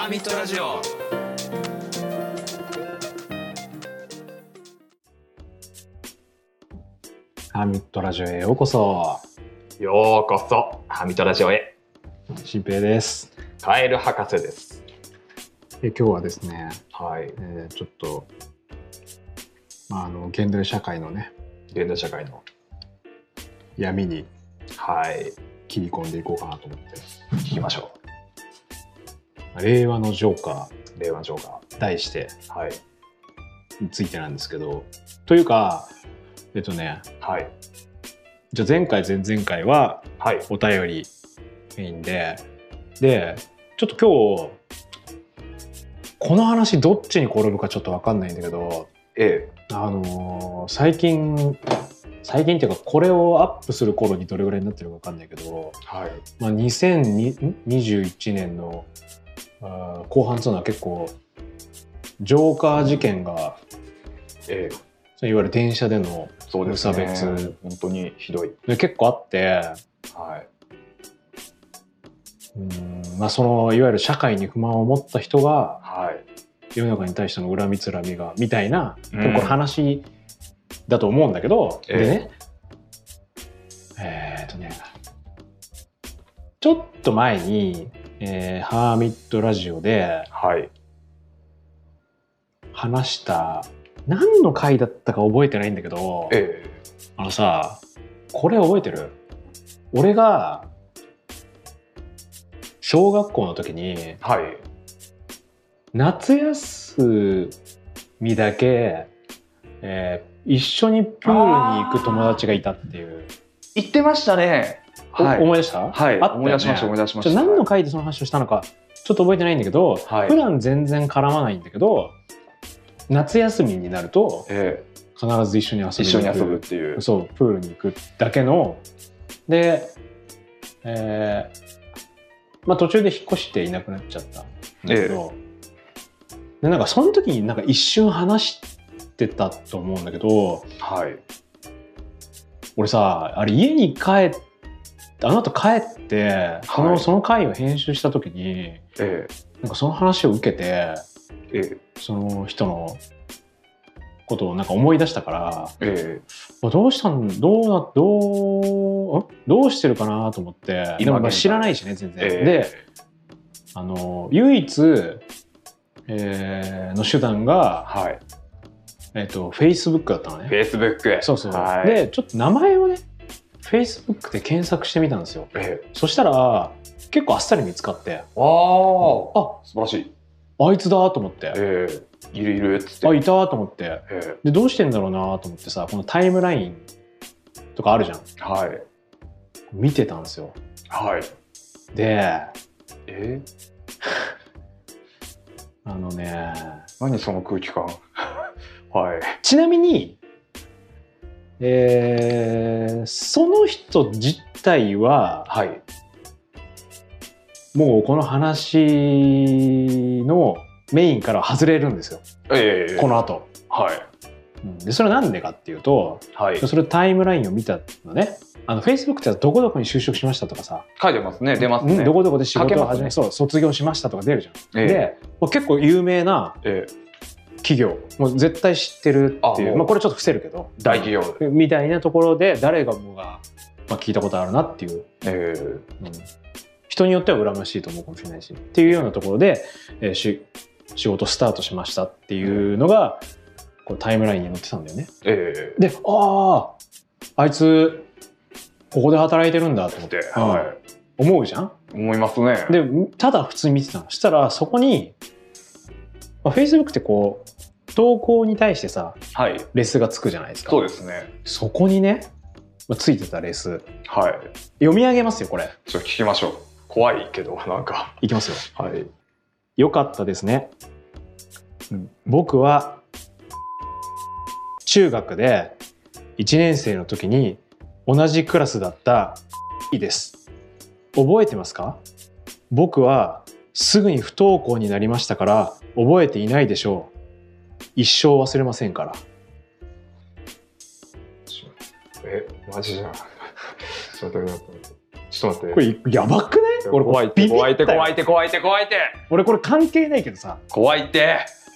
ーミットラジオ。 ハーミットラジオへようこそ。 ようこそハーミットラジオへ。 新平です。 カエル博士です。 今日はですね、 はい、 ちょっと、現代社会のね、 現代社会の闇にはい切り込んでいこうかなと思って聞きましょ令和のジョーカう。令和ジョーカー題してー。はいについてなんですけど、というかはいじゃあ前回前々回ははいお便りメインでちょっと今日この話どっちに転ぶかちょっと分かんないんだけど、最近っていうかこれをアップする頃にどれぐらいになってるか分かんないけど、2021年の後半というのは結構ジョーカー事件が、いわゆる電車での無差別、 本当にひどいで結構あって、そのいわゆる社会に不満を持った人が、世の中に対しての恨みつらみがみたいな、これ話だと思うんだけど、でねちょっと前に、ハーミットラジオで話した何の回だったか覚えてないんだけど、これ覚えてる？俺が小学校の時に、夏休みだけ、一緒にプールに行く友達がいたっていう。 言ってましたね。 思い出した？ あったよね。思い出しました。 何の回でその話をしたのかちょっと覚えてないんだけど、普段全然絡まないんだけど、夏休みになると必ず一緒に遊ぶっていう、そうプールに行くだけので、途中で引っ越していなくなっちゃったんだけど、でなんかその時になんか一瞬話してたと思うんだけど、俺さあれ家にあの後帰って、その回を編集した時に、なんかその話を受けて、その人のことをなんか思い出したから、どうしてるかなと思って、でも知らないしね全然、で唯一、の手段が、Facebook だったのね。 Facebook。 そうそう。でちょっと名前をね Facebook で検索してみたんですよ。そしたら結構あっさり見つかって、 素晴らしい。 あいつだと思って、 いるっつって、 いたと思って、でどうしてんだろうなと思ってさ、このタイムラインとかあるじゃん。見てたんですよ。で何その空気感。 ちなみに、その人自体は、もうこの話のメインから外れるんですよ、この後。でそれはなんでかっていうと、それタイムラインを見たのね。Facebook ってどこどこに就職しましたとかさ書いてますね。出ますね。 どこどこで仕事を始め、卒業しましたとか出るじゃん。で結構有名な企業、もう絶対知ってるっていう、これちょっと伏せるけど大企業みたいなところで誰がもが、聞いたことあるなっていう、人によっては羨ましいと思うかもしれないしっていうようなところで、仕事スタートしましたっていうのが、こうタイムラインに載ってたんだよね。であいつここで働いてるんだと思って、思うじゃん。 思いますね。 でただ普通に見てたの。したらそこに、Facebook ってこう投稿に対してさ、レスがつくじゃないですか。 そうですね。 そこにね、ついてたレス、読み上げますよ。これちょっと聞きましょう。怖いけどなんかいきますよ。よかったですね。僕は中学で1年生の時に同じクラスだったです。覚えてますか？僕はすぐに不登校になりましたから覚えていないでしょう。一生忘れませんから。 マジじゃん。ちょっと待って。 これやばくね？ 俺怖いって怖いって怖いって怖いって怖いって俺これ関係ないけどさ、 怖いって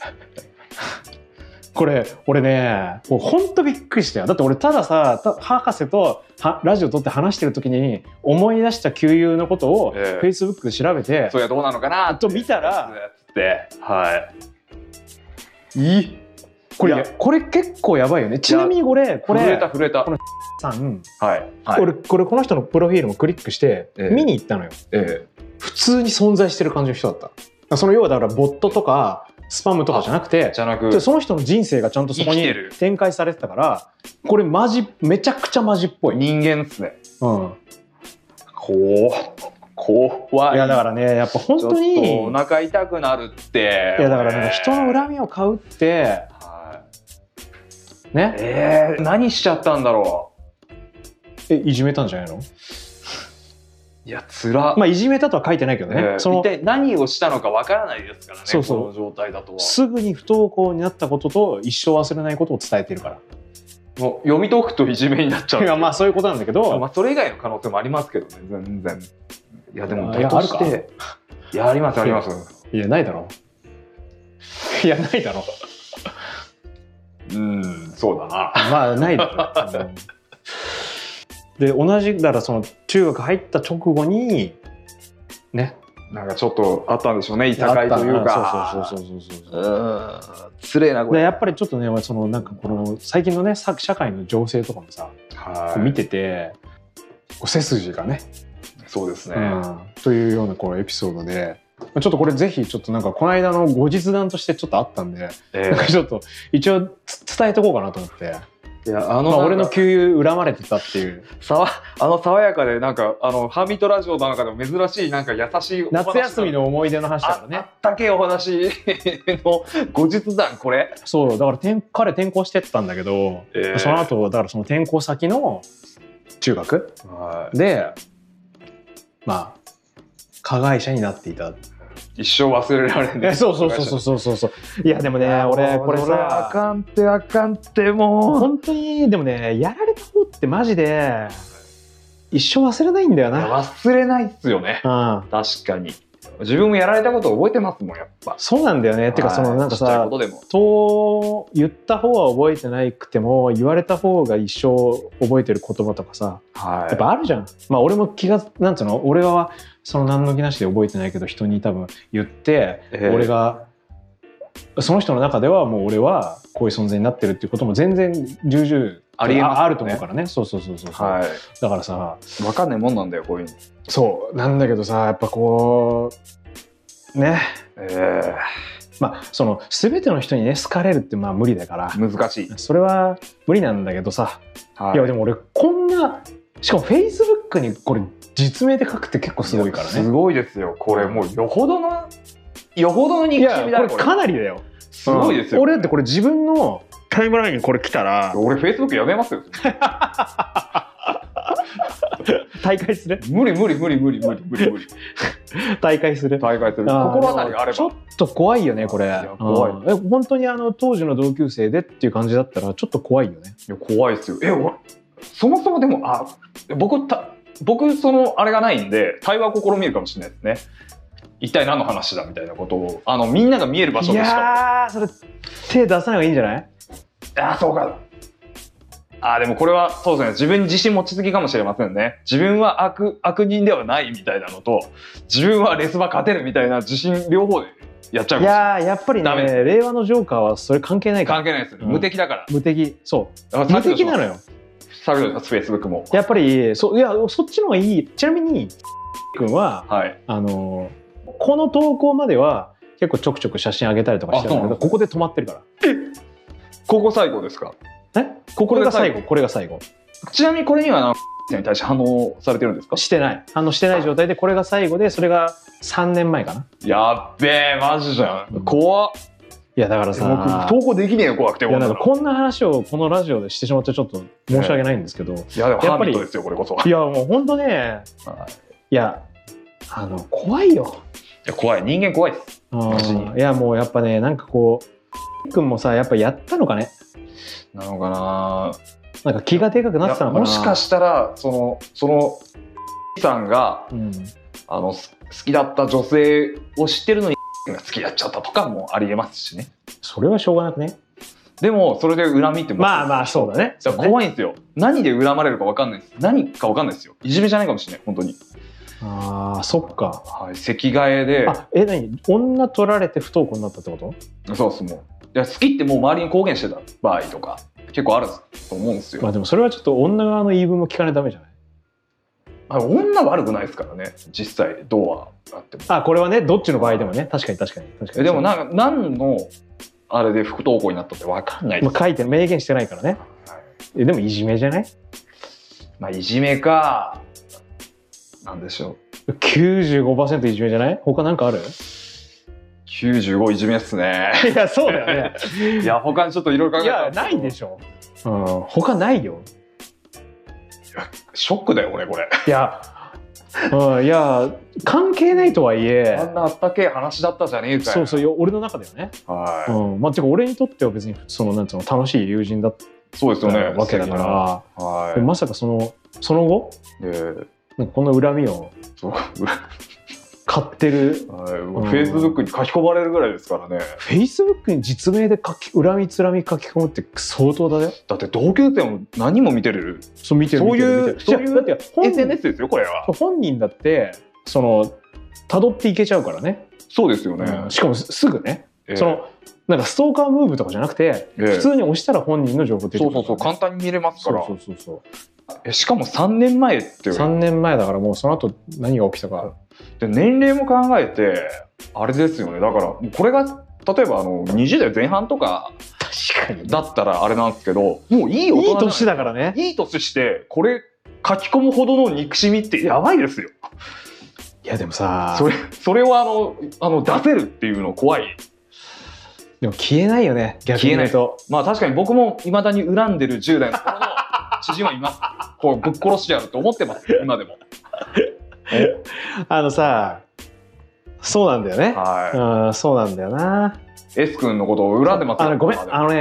これ俺ねもうほんとびっくりしたよ。だって俺たださ博士とラジオ撮って話してる時に思い出した旧友のことを Facebook で調べて、 そりゃどうなのかなと見たらってはいこれ結構やばいよね。ちなみにこれ震えたこのさん、俺この人のプロフィールもクリックして見に行ったのよ。普通に存在してる感じの人だった。その要はだからボットとかスパムとかじゃなくてその人の人生がちゃんとそこに展開されてたから、これめちゃくちゃマジっぽい人間っすね。怖い。 いやだからねやっぱ本当にちょっとお腹痛くなるって。 いやだからなんか人の恨みを買うってね。何しちゃったんだろう。いじめたんじゃないの？ いや辛。 まあいじめたとは書いてないけどね。 一体何をしたのかわからないですからね。 そうそうこの状態だと。 すぐに不登校になったことと一生忘れないことを伝えてるから。 もう読み解くといじめになっちゃう。 いやまあそういうことなんだけど、 まあそれ以外の可能性もありますけどね。全然。いやでもだとして、いやありますあります。 いやないだろ。いやないだろ。 そうだな。 まあないだろ。で同じだからその中学入った直後にね、 なんかちょっとあったんでしょうね、いさかいというか。つれえなこれ。 やっぱりちょっとねそのなんかこの最近のね社会の情勢とかもさ見てて背筋がね。 そうですね。 というようなこのエピソードで。ちょっとこれぜひちょっとなんかこの間の後日談としてちょっとあったんで、なんかちょっと一応伝えとこうかなと思って。 いや俺の旧友恨まれてたっていう爽やかでなんかハーミットラジオの中でも珍しいなんか優しい夏休みの思い出の話だからね。 あったけえお話の後日談これ。 そうだから彼転校してったんだけど、その後だからその転校先の中学でまあ加害者になっていた。 一生忘れられない。 そう。いやでもね俺これさあかんってもう本当にでもねやられた方ってマジで一生忘れないんだよな。 忘れないっすよね。確かに自分もやられたこと覚えてますもんやっぱ。 そうなんだよね。ってかそのなんかさ言った方は覚えてなくても言われた方が一生覚えてる言葉とかさ、やっぱあるじゃん。まあ俺もなんつうの俺はその何の気なしで覚えてないけど人に多分言って、俺がその人の中ではもう俺はこういう存在になってるっていうことも全然重々あると思うからね。そう、だからさ分かんないもんなんだよこういうの。 そうなんだけどさやっぱこうねまあその全ての人にね好かれるってまあ無理だから難しい。 それは無理なんだけどさ、いやでも俺こんなしかも Facebook にこれ実名で書くって結構すごいからね。 すごいですよこれ。もうよほどの憎しみだよ。 これかなりだよ。 すごいですよ。 俺だってこれ自分のタイムラインにこれ来たら俺 Facebook やめますよ。 大会する？ 無理大会する心当たりあれば。 ちょっと怖いよねこれ。 怖い。 本当に当時の同級生でっていう感じだったらちょっと怖いよね。 いや怖いですよ。そもそもでも僕そのあれがないんで対話を試みるかもしれないですね。一体何の話だみたいなことをみんなが見える場所でしか。いやそれ手出さない方がいいんじゃない？ そうか。でもこれはそうですね、自分に自信持ちすぎかもしれませんね。自分は悪人ではないみたいなのと自分はレスバ勝てるみたいな自信両方でやっちゃうかもしれない。 やっぱりね令和のジョーカーはそれ関係ないから。 関係ないですよ、無敵だから。 無敵。そう無敵なのよ。 削除します、Facebook も。 やっぱりそっちの方がいい。ちなみに君は、この投稿までは結構ちょくちょく写真あげたりとかしてたんだけど、ここで止まってるから。 ここ最後ですか？ これが最後。 ちなみにこれにはに対して反応されてるんですか？ してない。反応してない状態でこれが最後で、それが3年前かな。 やっべえマジじゃん。怖っ。 いやだからさ投稿できねえよ怖くて。 いやなんかこんな話をこのラジオでしてしまってちょっと申し訳ないんですけど、 いやでもハーミットですよこれこそ。 いやもう本当ね、いや怖いよ。 いや怖い、人間怖いです。 いやもうやっぱねなんかこう君もさやっぱやったのかね。 なのかな。 なんか気がでかくなってたのかな。 もしかしたらそのさんが好きだった女性を知ってるのにが好きになっちゃったとかもありえますしね。 それはしょうがなくね。 でもそれで恨みってまあまあそうだね。 だから怖いんですよ。何で恨まれるか分かんないです。何か分かんないですよ。いじめじゃないかもしれない本当に。 ああそっか。 はい、席替えで。 何女取られて不登校になったってこと？ そうですもう。いや好きってもう周りに公言してた場合とか結構あると思うんですよ。 まあでもそれはちょっと女側の言い分も聞かないとダメじゃない？ 女は悪くないですからね実際どうはあっても。 これはねどっちの場合でもね、確かに。 でも何のあれで不登校になったって分かんないです。 書いて明言してないからね。でもいじめじゃない？ まあいじめかなんでしょう。 95% いじめじゃない？他なんかある ？95いじめっすね。 いやそうだよね。 いや他にちょっといろいろ考えたら。 いやないでしょ。他ないよ。 ショックだよ俺これ。 いや関係ないとはいえあんなあったけえ話だったじゃねえかよ。 そう俺の中ではね。 はい。 まあてか俺にとっては別になんつうの楽しい友人だったそうですよねわけだから、はい、まさかその後、なんかこの恨みを買ってる、 フェイスブックに書き込まれるぐらいですからね。 フェイスブックに実名で恨みつらみ書き込むって相当だよ。 だって同級生も何も見てる。 そういうだって SNS ですよこれは。 本人だって辿っていけちゃうからね。 そうですよね。 しかもすぐね、なんかストーカームーブとかじゃなくて、普通に押したら本人の情報出てくる、 そう簡単に見れますから。 そうしかも3年前って 3年前だからもうその後何が起きたかで年齢も考えてあれですよね。だからこれが例えば20代前半とかだったらあれなんですけど、もういい大人、 いい年だからね。 いい年してこれ書き込むほどの憎しみってやばいですよ。 いやでもさそれを出せるっていうの怖い。 でも消えないよね逆に言うと。 まあ確かに僕もいまだに恨んでる10代の頃の知人はいます。こうぶっ殺してやると思ってます今でも。 そうなんだよね。 はい。 そうなんだよな。 S 君のことを恨んでますよ。 ごめん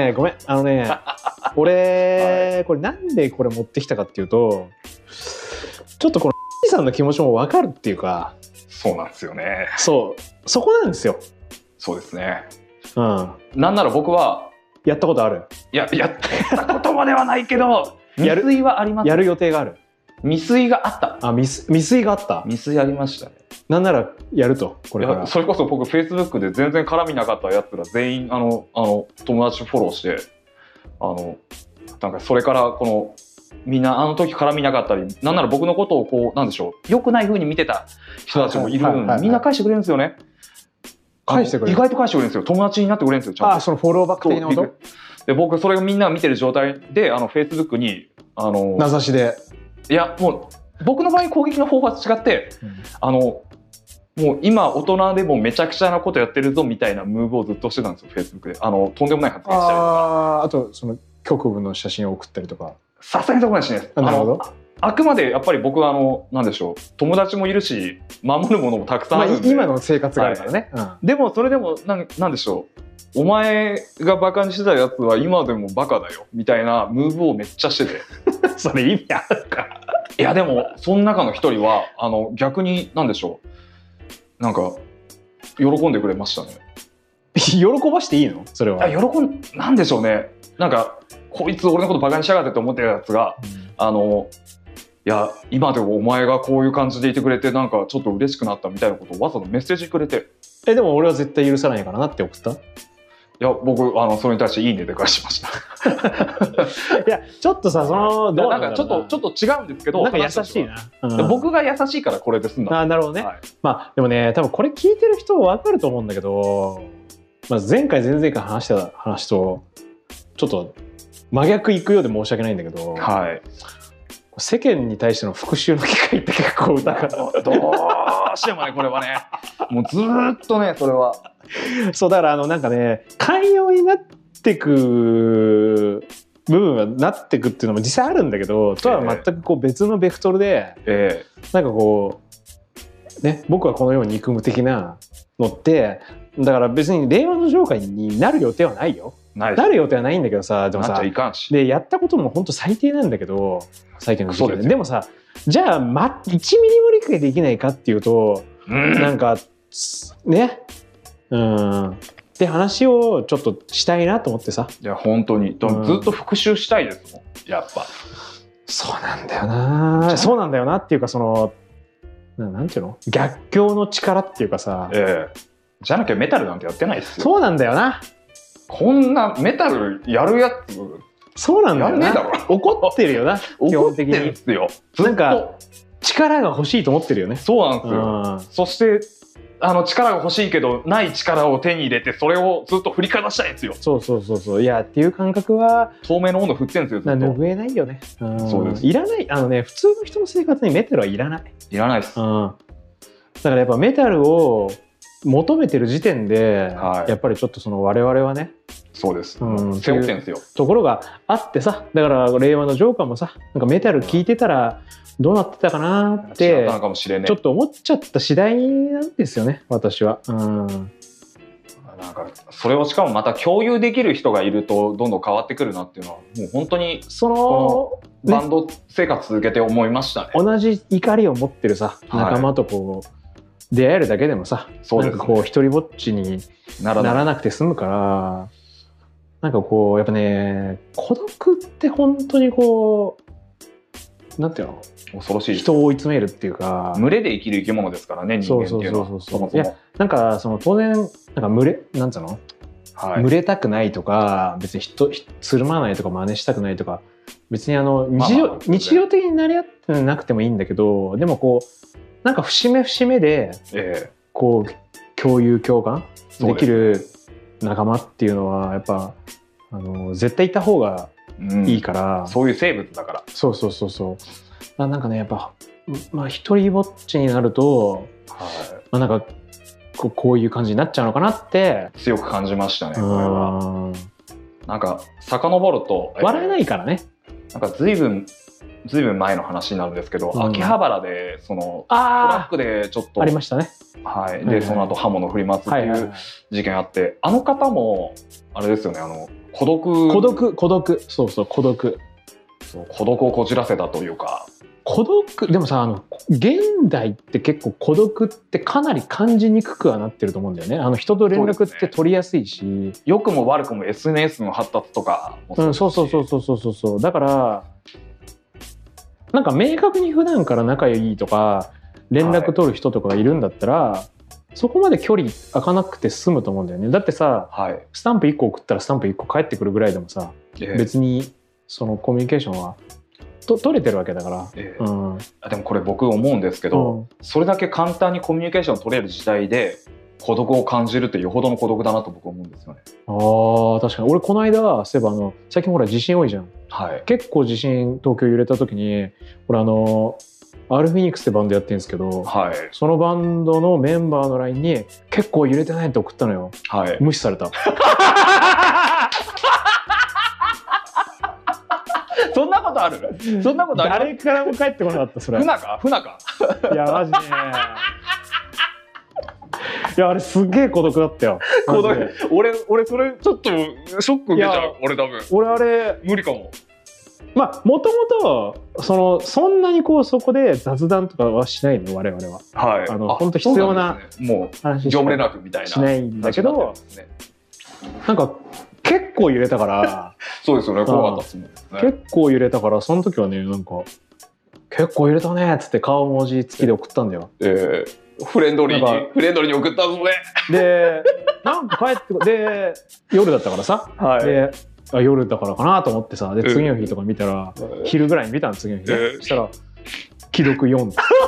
俺、これなんでこれ持ってきたかっていうと、ちょっとこのさんの気持ちも分かるっていうか。 そうなんですよね。 そこなんですよ。 そうですね。 なんなら僕はやったことある。 やったことまではないけど未遂はあります。 やる予定がある。 未遂があった。 未遂があった。 未遂ありましたね。 なんならやるとこれから。 それこそ僕フェイスブックで全然絡みなかったやつら全員友達フォローしてなんかそれからみんな時絡みなかったり、なんなら僕のことをなんでしょう、良くない風に見てた人たちもいるのにみんな返してくれるんですよね。 返してくれる。 意外と返してくれるんですよ。友達になってくれるんですよちゃんと。 そのフォローバック的なこと。 で僕それをみんな見てる状態でフェイスブックに名指しで。 いやもう僕の場合攻撃の方法は違って、もう今大人でもめちゃくちゃなことやってるぞみたいなムーブをずっとしてたんですよフェイスブックで。とんでもない発言したりとか。 あと局部の写真を送ったりとか。 さすがにそこまでしないです。 なるほど。 あくまでやっぱり僕はなんでしょう、友達もいるし守るものもたくさんあるんで、 今の生活があるからね。 でもそれでもなんでしょう、お前がバカにしてたやつは今でもバカだよみたいなムーブをめっちゃしててそれ意味あるか。 いやでもその中の一人は逆になんでしょう、なんか喜んでくれましたね。 喜ばしていいのそれは。 なんでしょうね、なんかこいつ俺のことバカにしやがってって思ってるやつが、いや今でもお前がこういう感じでいてくれてなんかちょっと嬉しくなったみたいなことをわざわざメッセージくれて。 でも俺は絶対許さないからなって送った。 いや僕それに対していいねで返しましたいやちょっとさどうなんかちょっと違うんですけど、 なんか優しいな、 僕が優しいからこれで済んだ。 なるほどね、まあでもね多分これ聞いてる人は分かると思うんだけど、まず前回前々回話した話とちょっと真逆いくようで申し訳ないんだけど、世間に対しての復讐の機会って結構だからどうしてもねこれはねもうずっとねそれはそうだからなんかね寛容になってく部分はなってくっていうのも実際あるんだけど、とは全く別のベクトルで、なんかね僕はこのように憎む的なのってだから別に令和のジョーカーになる予定はないよ。 ないなる予定はないんだけどさ、でもなっちさゃいかんし。 でやったことも本当最低なんだけど、最近の時期そうですよでもさ、じゃあ、1ミリも理解できないかっていうと、なんかね、って話をちょっとしたいなと思ってさ。 いや本当に、ずっと復習したいですもん、やっぱ。 そうなんだよな。そうなんだよなっていうか、そのなんていうの、逆境の力っていうかさ、 じゃなきゃメタルなんてやってないですよ。 そうなんだよな。 こんなメタルやるやつそうなんだよな。 やんねえだろ。 怒ってるよな。基本的に怒ってるんですよ。 なんか力が欲しいと思ってるよね。 そうなんですよ。そして力が欲しいけどない力を手に入れて、それをずっと振りかざしたいんですよ。 そう。いやっていう感覚は透明の温度振ってるんですよ。ずっと拭えないよね。 そうです。 いらない。普通の人の生活にメタルはいらない。 いらないです。 だからやっぱメタルを求めてる時点で、やっぱりちょっとその我々はね、 そうです。背負ってんですよ。 ところがあってさ、だから令和のジョーカーもさ、なんかメタル聞いてたらどうなってたかなってちょっと思っちゃった次第なんですよね、私は。なんかそれをしかもまた共有できる人がいるとどんどん変わってくるなっていうのは、もう本当にそのバンド生活続けて思いましたね。 同じ怒りを持ってるさ、仲間とこう出会えるだけでもさ、なんかこう一人ぼっちにならなくて済むから、なんかこうやっぱね、孤独って本当にこうなんていうの、 恐ろしいです。 人を追い詰めるっていうか、 群れで生きる生き物ですからね、人間っていうのは。 いやなんかその当然なんかなんつうの、群れたくないとか、別につるまないとか真似したくないとか、別に日常的になり合ってなくてもいいんだけど、でもこうなんか節目節目でこう共有共感できる仲間っていうのはやっぱ絶対いた方がいいから、 そういう生物だから。 そうなんかね、やっぱ一人ぼっちになると、なんかこういう感じになっちゃうのかなって強く感じましたね、これは。なんか遡ると笑えないからね。 なんか随分前の話になるんですけど、秋葉原でそのトラックでちょっとありましたね。 でその後刃物振り回すっていう事件あって、あの方もあれですよね、孤独そう孤独をこじらせたというか。 孤独でもさ、現代って結構孤独ってかなり感じにくくはなってると思うんだよね。人と連絡って取りやすいし、 良くも悪くも SNS の発達とかもそうだからなんか明確に普段から仲いいとか連絡取る人とかがいるんだったら、そこまで距離開かなくて済むと思うんだよね。だってさ、スタンプ1個送ったらスタンプ1個返ってくるぐらいでもさ、別にそのコミュニケーションは取れてるわけだから。 でもこれ僕思うんですけど、それだけ簡単にコミュニケーション取れる時代で孤独を感じるってよほどの孤独だなと僕は思うんですよね。 確かに。俺この間そういえば最近ほら地震多いじゃん。結構地震東京揺れた時に、これアルフィニックスってバンドやってるんですけど、そのバンドのメンバーの LINE に結構揺れてないって送ったのよ。無視された。 そんなことある？そんなことある？ 誰からも帰ってこなかった。それ。 不仲？ いやマジで。いやあれすげえ孤独だったよ。 俺それちょっとショック受けちゃう。俺多分。俺あれ無理かも。 もともとそんなにそこで雑談とかはしないの、我々は。本当必要な話業務連絡みたいなしないんだけど、なんか結構揺れたから。 そうですよね、怖かったですもんね。 結構揺れたから、その時はね、なんか結構揺れたねっつって顔文字付きで送ったんだよ。 フレンドリーに送ったぞね。 でなんか帰ってで夜だったからさ、で夜だからかなと思ってさ、で次の日とか見たら、昼ぐらいに見たの、次の日ね。そしたら既読4。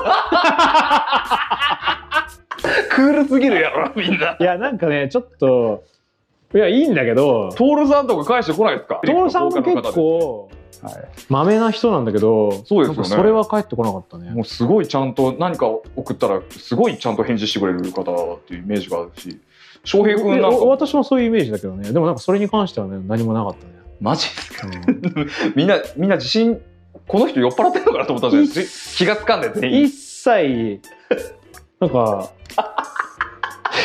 クールすぎるやろみんな。 いやなんかね、ちょっといやいいんだけど、 トールさんとか返してこないですか？ トールさんも結構まめな人なんだけど、 そうですよね。 それは返ってこなかったね。 もうすごいちゃんと何か送ったらすごいちゃんと返事してくれる方っていうイメージがあるし、翔平君なんか私もそういうイメージだけどね。でもなんかそれに関してはね、何もなかったね。 マジですか？みんな自信、この人酔っ払ってるのかなと思ったじゃないですか。気がつかんで全員一切なんか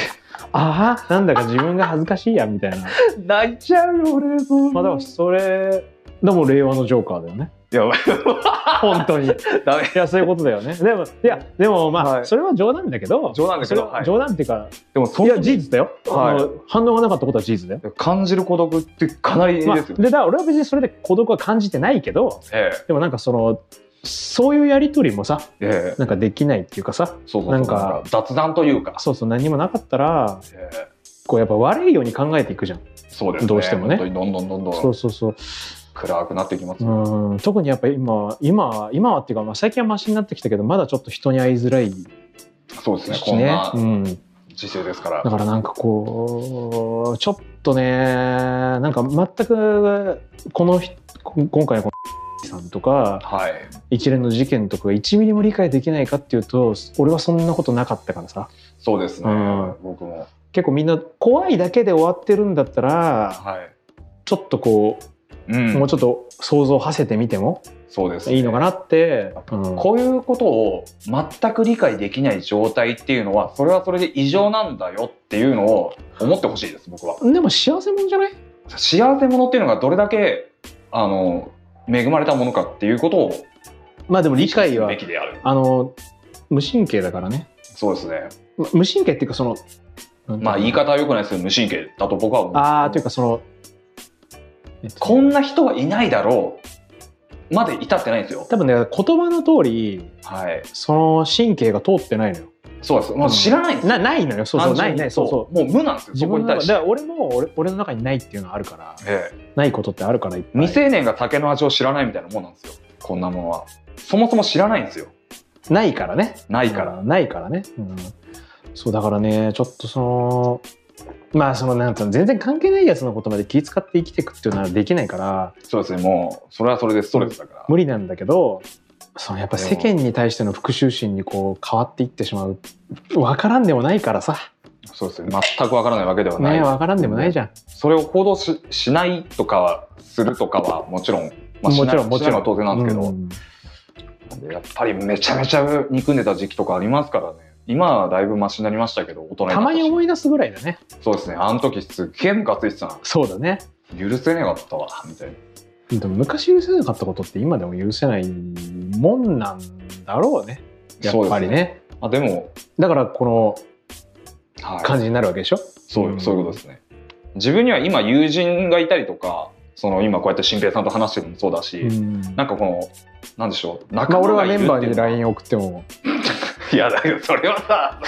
ああなんだか自分が恥ずかしいやみたいな泣いちゃうよ俺。 まあだからそれでも令和のジョーカーだよねいや本当にいダメ。 やそういうことだよねでもまあ、 はいそれは冗談だけど冗談だけど、はい、 冗談っていうかでもそいや事実だよ、 はい反応がなかったことは事実だよ、 感じる孤独ってかなりですよね。 でだから俺は別にそれで孤独は感じてないけどでもなんかそういうやり取りもさなんかできないっていうかさそうなんか雑談というか、 そう何もなかったらこうやっぱ悪いように考えていくじゃん。 そうですね、 どうしてもね本当にどんどんそう暗くなっていきます、 特にやっぱり今はっていうか、まあ、最近はマシになってきたけどまだちょっと人に会いづらいそうですね、 しね、 こんな時勢ですから、 だからなんかこうちょっとねなんか全く今回のさんとか、 はい、 一連の事件とか1ミリも理解できないかっていうと俺はそんなことなかったからさ。 そうですね、僕も結構みんな怖いだけで終わってるんだったら、 はい、 ちょっとこう、もうちょっと想像を馳せてみてもそうです、ね、 いいのかなって、 こういうことを全く理解できない状態っていうのはそれはそれで異常なんだよっていうのを思ってほしいです僕は。でも幸せ者じゃない？ 幸せ者っていうのがどれだけ恵まれたものかっていうことをまあでも理解はべきである。 無神経だからね。 そうですね、 無神経っていうかまあ言い方は良くないですけど無神経だと僕は思う。 というかこんな人はいないだろうまで至ってないんですよ。 多分ね言葉の通り、 はい、 その神経が通ってないのよ。 そうです。もう知らないんですよ。 ないのよ。ないそうもう無なんですよ。 自分の中で俺の中にないっていうのはあるから、ないことってあるからいっぱい。 未成年が酒の味を知らないみたいなもんなんですよ。こんなものはそもそも知らないんですよ。 ないからね。 ないからね。 そうだからねちょっとまあなんていうの全然関係ないやつのことまで気遣って生きていくっていうのはできないから。 そうですね。もうそれはそれでストレスだから無理なんだけど。やっぱ世間に対しての復讐心にこう変わっていってしまう分からんでもないからさ。 そうですね。全く分からないわけではない。 分からんでもないじゃん。 それを行動 しないとかするとかはもちろん、もちろんは当然なんですけど、やっぱりめちゃめちゃ憎んでた時期とかありますからね。今はだいぶマシになりましたけど、大人になったし。 たまに思い出すぐらいだね。 そうですね。あの時すっげえムカついてたな。 そうだね。 許せねえかったわみたいな。 でも昔許せなかったことって今でも許せないもんなんだろうね。やっぱりね。 でもだからこの感じになるわけでしょ。 そういうことですね。自分には今友人がいたりとか、今こうやって新平さんと話してるのもそうだし、なんかなんでしょう。仲間がいるっていうのは。俺はメンバーに LINE 送っても。いやだけどそれはさ。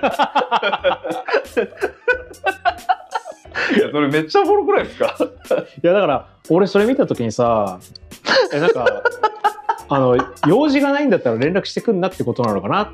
いやそれめっちゃおもろくないですか？ いやだから俺それ見た時にさなんか用事がないんだったら連絡してくんなってことなのかなって、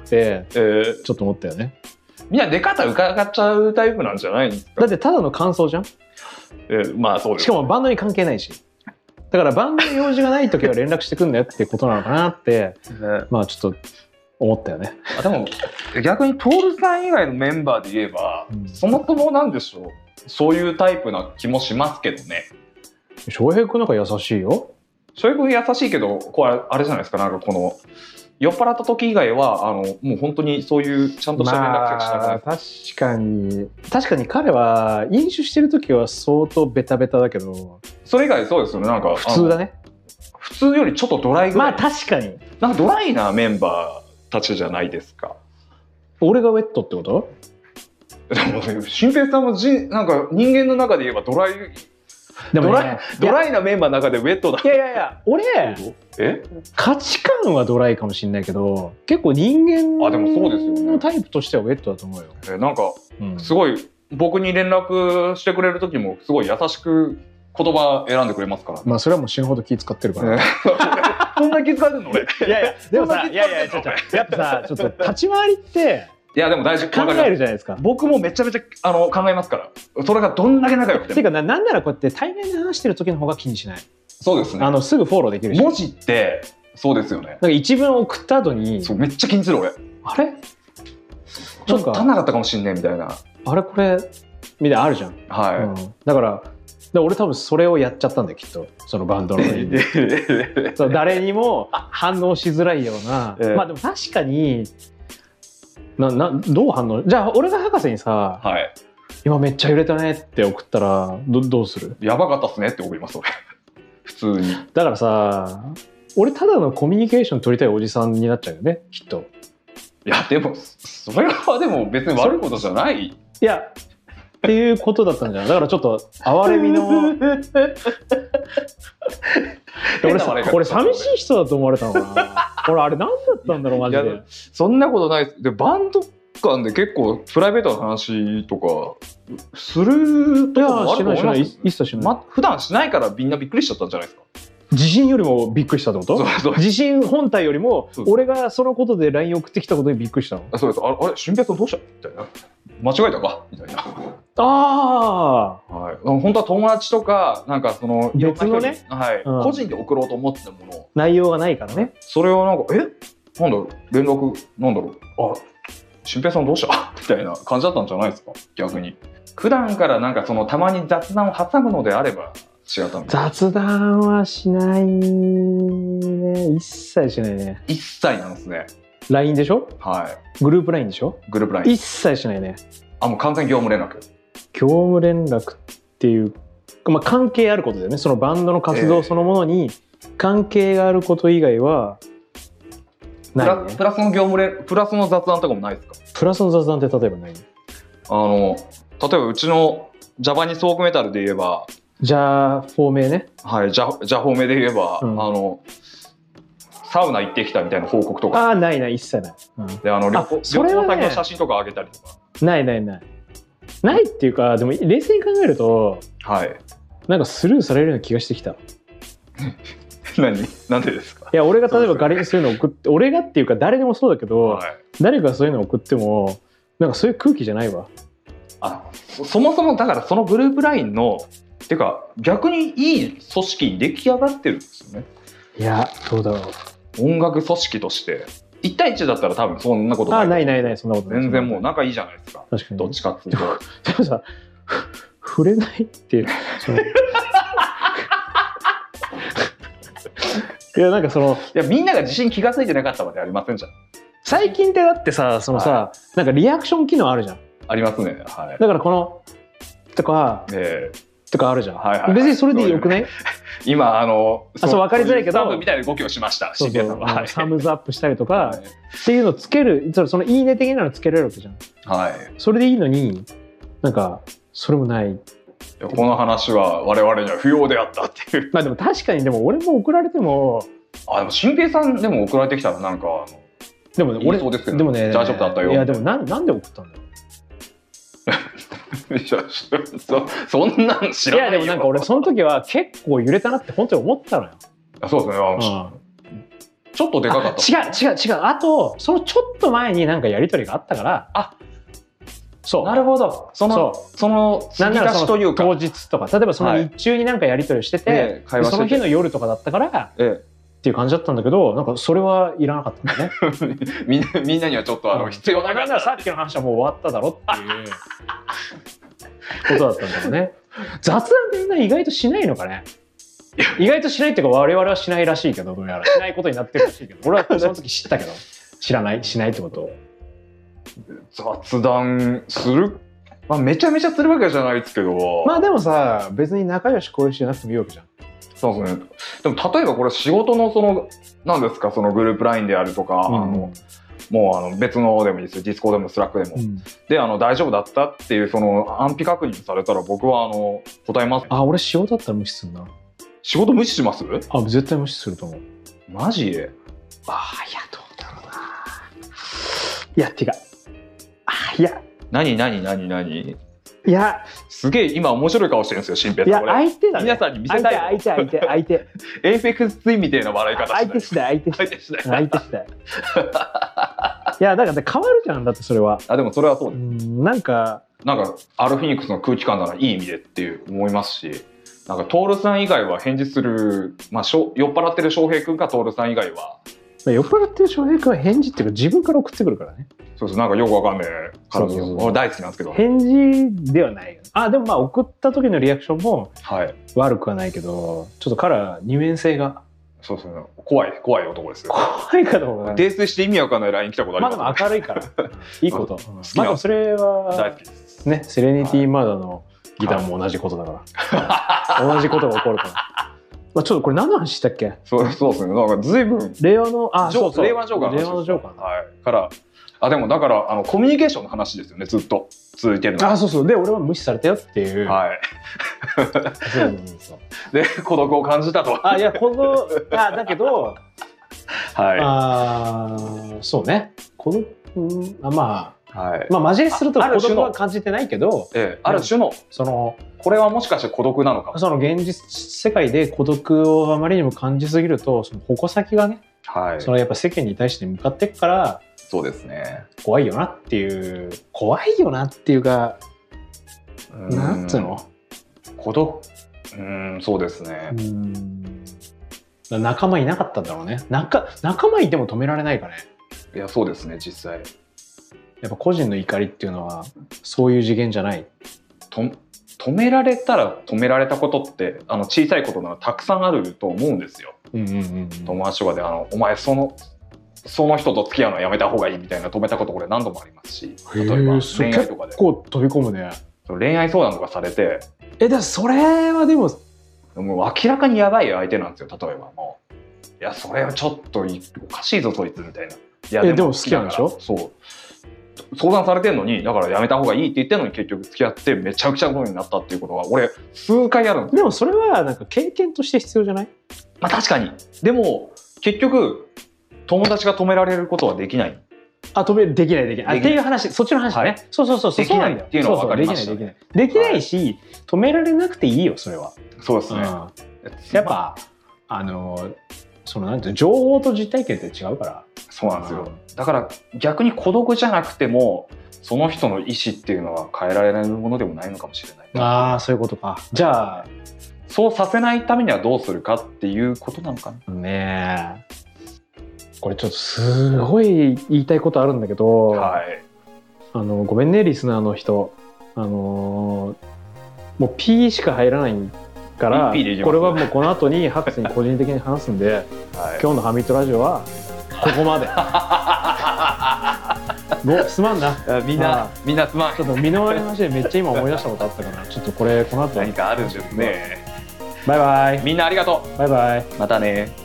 ちょっと思ったよね。みんな出方伺っちゃうタイプなんじゃないんですか？ だってただの感想じゃん。 まあそうです。 しかもバンドに関係ないし。だからバンドに用事がない時は連絡してくんなよってことなのかなって、まあちょっと思ったよね。 でも逆にトールさん以外のメンバーで言えば、そもそもなんでしょう。そういうタイプな気もしますけどね。 翔平くんなんか優しいよ。 翔平くん優しいけど、これあれじゃないですか。なんか酔っ払った時以外はもう本当にそういうちゃんとした連絡先しなくないですか。 確かに彼は飲酒してる時は相当ベタベタだけど、 それ以外そうですよね。なんか普通だね。 普通よりちょっとドライぐらい。 まあ確かに。 なんかドライなメンバーたちじゃないですか。 俺がウェットってこと？ でも新平さんもなんか人間の中で言えばドライ。 でもね、 ドライなメンバーの中でウェットだ。 いや俺価値観はドライかもしれないけど結構人間のタイプとしてはウェットだと思うよ。 なんかすごい僕に連絡してくれる時もすごい優しく言葉選んでくれますから。 まあそれはもう死ぬほど気使ってるから。 そんな気使ってんの俺。いやでもさやっぱさちょっと立ち回りっていやでも大事考えるじゃないですか。 僕もめちゃめちゃ考えますから。それがどんだけ仲良くても。 ていうかなんならこうやって対面で話してる時の方が気にしない。 そうですね。 すぐフォローできるし。 文字ってそうですよね。 なんか一文送った後にめっちゃ気にする俺。あれちょっと足んなかったかもしんねえみたいな。 あれこれみたいなあるじゃん。 はい。 だから俺多分それをやっちゃったんだよきっとそのバンドの時に。そう誰にも反応しづらいような。まあでも確かに。どう反応じゃあ俺が博士にさ、 今めっちゃ揺れたねって送ったらどうする？ やばかったっすねって送ります俺普通に。 だからさ、俺ただのコミュニケーション取りたいおじさんになっちゃうよね、きっと。 いやでもそれはでも別に悪いことじゃない。 いやっていうことだったんじゃない？だからちょっと哀れみの俺寂しい人だと思われたのかな。俺あれ何だったんだろうマジで。 いやそんなことないです。でバンド間で結構プライベートな話とかするとこもあると思います。 しない一切しない、 普段しないからみんなびっくりしちゃったんじゃないですか。 地震よりもびっくりしたってこと？ そう地震本体よりも俺がそのことで LINE 送ってきたことにびっくりしたの。 そうです。あれ俊平さんどうしたみたいな。間違えたかみたいな。 ああ、 はい、本当は友達とかなんかその別のね、 はいうん、 個人で送ろうと思ってたもの内容がないからね。 それをなんかなんだろう連絡なんだろう俊平さんどうしたみたいな感じだったんじゃないですか。逆に普段からなんかそのたまに雑談を挟むのであれば違ったんです。 雑談はしないね。一切しないね。 一切なんですね。 LINE でしょ。 はい。 グループ LINE でしょ。 グループ LINE 一切しないね。 もう完全業務連絡。 業務連絡っていう、まあ、関係あることだよね。そのバンドの活動そのものに関係があること以外はないね。 プラスの雑談とかもないですか。 プラスの雑談って例えばないね。 例えばうちのジャパニーズフォークメタルで言えばじゃあフォーメね。 はい、じゃあフォーメで言えば、サウナ行ってきたみたいな報告とか。 ない一切ない。 で旅行先の写真とかあげたりとか。ないっていうか、でも冷静に考えると、 はい、 なんかスルーされるような気がしてきた。 なんでですか。 いや俺が例えば仮にそういうの送って、俺がっていうか誰でもそうだけど、はい、誰かがそういうの送ってもなんかそういう空気じゃないわ。 そもそもだからそのグループ LINE のっていうか逆にいい組織に出来上がってるんですよね。 いやどうだろう。 音楽組織として1対1だったら多分そんなことない。 ないそんなことない。 全然もう仲いいじゃないですか。 確かにどっちかっていうと。 でもさ触れないっていやなんかいやみんなが自信気が付いてなかったまでありませんじゃん。 最近ってだってさはい、なんかリアクション機能あるじゃん。 ありますね。はい。 だからこのとか、とかあるじゃん。はいはいはい、別にそれでよくない？ 今そう分かりづらいけどサムみたいな動きをしました。 そうサムズアップしたりとか、はい、っていうのをつける、そのいいね的なのつけられるわけじゃん。はい。それでいいのになんかそれもない。 この話は我々には不要であったっていう。 まあでも確かにでも俺も送られてもでも新平さんでも送られてきたらなんかでもね俺そうですけど、 でもね大丈夫だったよ。 いやでもなんで送ったんだろう。 そんなん知らないよ。 いやでもなんか俺その時は結構揺れたなって本当に思ったのよ。 そうですね。ちょっとでかかった。 違う。あとそのちょっと前になんかやり取りがあったから。そう。なるほど。そのなんならその当日とか例えばその日中になんかやり取りしてて、その日の夜とかだったから。っていう感じだったんだけど、なんかそれはいらなかったんだね。 みんなにはちょっと必要なかった。 さっきの話はもう終わっただろっていうことだったんだろうね。雑談ってみんな意外としないのかね。意外としないっていうか我々はしないらしいけど、どうやらしないことになってるらしいけど、俺はその時知ったけどしないってことを。 雑談する、めちゃめちゃするわけじゃないですけど、 まあでもさ別に仲良し恋しじゃなくてもいいわけじゃん。 そうですね。でも例えばこれ仕事の何ですか、そのグループ LINE であるとか、もう別のでもいいですよ、ディスコでもスラックでも、で大丈夫だったっていうその安否確認されたら僕は答えます。 俺仕事だったら無視するな。 仕事無視します？ 絶対無視すると思う。 マジ？いやどうだろうな。いやってか何いやすげえ今面白い顔してるんですよ、新平さん。 いや相手だね。 皆さんに見せたい。 相手エイフェクスツインみたいな笑い方してない。 相手次第いやだから変わるじゃん。だってそれはでもそれはそうです。 なんかアルフィニックスの空気感ならいい意味でっていう思いますし、なんかトールさん以外は返事する、酔っ払ってる翔平君かトールさん以外は。 酔っ払ってる翔平君は返事っていうか自分から送ってくるからね。 そうです。なんかよくわかんない彼女、俺大好きなんですけど。 返事ではないよ。でも送った時のリアクションも悪くはないけど、ちょっと彼は二面性が。 そうですね。怖い男ですよ。 怖いかどうか。 泥酔して意味わかんない LINE 来たことあります。 でも明るいからいいこと。でもそれは大好きです。 ね、セレニティマーダのギターも同じことだから同じことが起こるから、まあ、ちょっとこれ何の話したっけ。 そうですね、なんか随分令和の令和のジョーカーの話令和のジョーカー、 はいからでもだからコミュニケーションの話ですよね、ずっと続いてるの。 そうで俺は無視されたよっていう、 はいそうで孤独を感じたと。 いやだけどそうね、孤独、まあマジレスすると孤独は感じてないけど、 ある種のこれはもしかして孤独なのか、 その現実世界で孤独をあまりにも感じすぎるとその矛先がね、そのやっぱ世間に対して向かっていくから、 そうですね、 怖いよなっていうか、なんつうの、 孤独、そうですね、 仲間いなかったんだろうね。仲間いても止められないかね。 いやそうですね、実際やっぱ個人の怒りっていうのはそういう次元じゃない。 止められたら止められたことって小さいことならたくさんあると思うんですよ。友達とかでお前その人と付き合うのはやめた方がいいみたいな止めたことこれ何度もありますし、例えば恋愛とかで結構飛び込むね。 恋愛相談とかされて、 それはでももう明らかにやばい相手なんですよ。例えばもういやそれはちょっとおかしいぞそいつみたいな。いやでも好きなんでしょ。 そう相談されてんのに、だからやめた方がいいって言ってんのに結局付き合ってめちゃくちゃことになったっていうことは俺数回あるんですよ。 でもそれはなんか経験として必要じゃない？ まあ確かに。でも結局友達が止められることはできない。 できないっていう話、そっちの話ね。そうできないっていうのは分かりましたね。 できないし、止められなくていいよそれは。 そうですね。 やっぱなんていう情報と実体験って違うから。 そうなんですよ。だから逆に孤独じゃなくてもその人の意思っていうのは変えられないものでもないのかもしれない。 そういうことか。じゃあそうさせないためにはどうするかっていうことなのかな。 ねえ。これちょっとすごい言いたいことあるんだけど、ごめんねリスナーの人、もう P しか入らないから、これはもうこの後に博士に個人的に話すんで、今日のハミットラジオはここまですまんな。 みんなすまん。 ちょっと身の回りの話でめっちゃ今思い出したことあったから、ちょっとこの後何かあるんですね。 バイバイ。 みんなありがとう。 バイバイ。 またね。